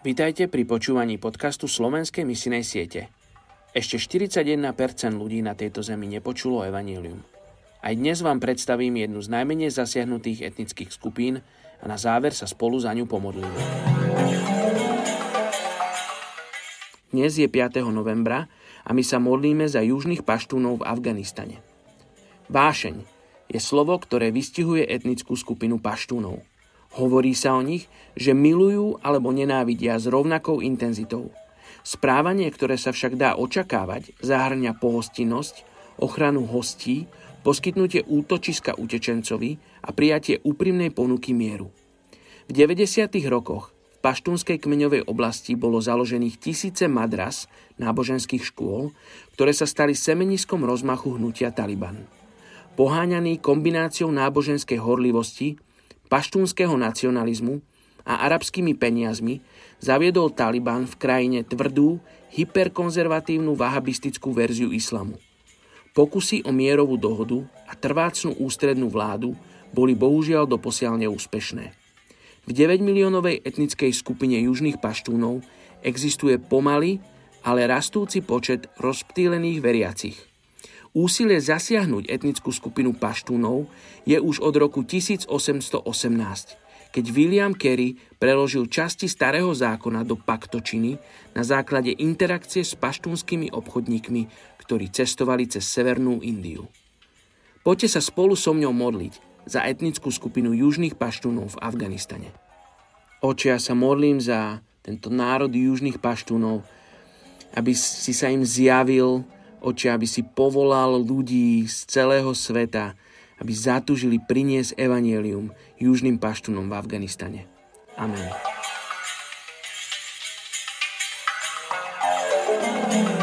Vitajte pri počúvaní podcastu Slovenskej misijnej siete. Ešte 41% ľudí na tejto zemi nepočulo evanjelium. Aj dnes vám predstavím jednu z najmenej zasiahnutých etnických skupín a na záver sa spolu za ňu pomodlíme. Dnes je 5. novembra a my sa modlíme za južných paštúnov v Afganistane. Vášeň je slovo, ktoré vystihuje etnickú skupinu paštúnov. Hovorí sa o nich, že milujú alebo nenávidia s rovnakou intenzitou. Správanie, ktoré sa však dá očakávať, zahŕňa pohostinnosť, ochranu hostí, poskytnutie útočiska utečencovi a prijatie úprimnej ponuky mieru. V 90. rokoch v paštúnskej kmeňovej oblasti bolo založených tisíce madras, náboženských škôl, ktoré sa stali semeniskom rozmachu hnutia Taliban. Poháňaný kombináciou náboženskej horlivosti, paštúnskeho nacionalizmu a arabskými peniazmi zaviedol Taliban v krajine tvrdú, hyperkonzervatívnu vahabistickú verziu islamu. Pokusy o mierovú dohodu a trvácnu ústrednú vládu boli bohužiaľ doposiaľ neúspešné. V 9-miliónovej etnickej skupine južných paštúnov existuje pomaly, ale rastúci počet rozptýlených veriacich. Úsilie zasiahnuť etnickú skupinu paštúnov je už od roku 1818, keď William Carey preložil časti Starého zákona do paktočiny na základe interakcie s paštúnskymi obchodníkmi, ktorí cestovali cez Severnú Indiu. Poďte sa spolu so mňou modliť za etnickú skupinu južných paštúnov v Afganistane. Oče, ja sa modlím za tento národ južných paštúnov, aby si sa im zjavil. Oče, aby si povolal ľudí z celého sveta, aby zatúžili priniesť evanjelium južným paštúnom v Afganistane. Amen.